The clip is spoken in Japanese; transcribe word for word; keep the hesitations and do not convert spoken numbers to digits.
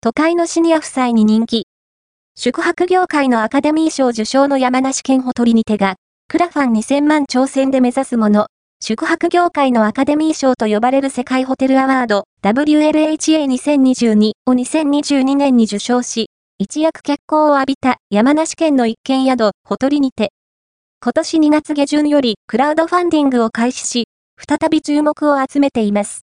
都会のシニア夫妻に人気。宿泊業界のアカデミー賞受賞の山梨県ホトリニテが、クラファンにせんまん挑戦で目指すもの、宿泊業界のアカデミー賞と呼ばれる世界ホテルアワード ダブリューエルエイチエーにせんにじゅうに をにせんにじゅうにねんに受賞し、一躍脚光を浴びた山梨県の一軒宿、ホトリニテ。今年にがつ下旬よりクラウドファンディングを開始し、再び注目を集めています。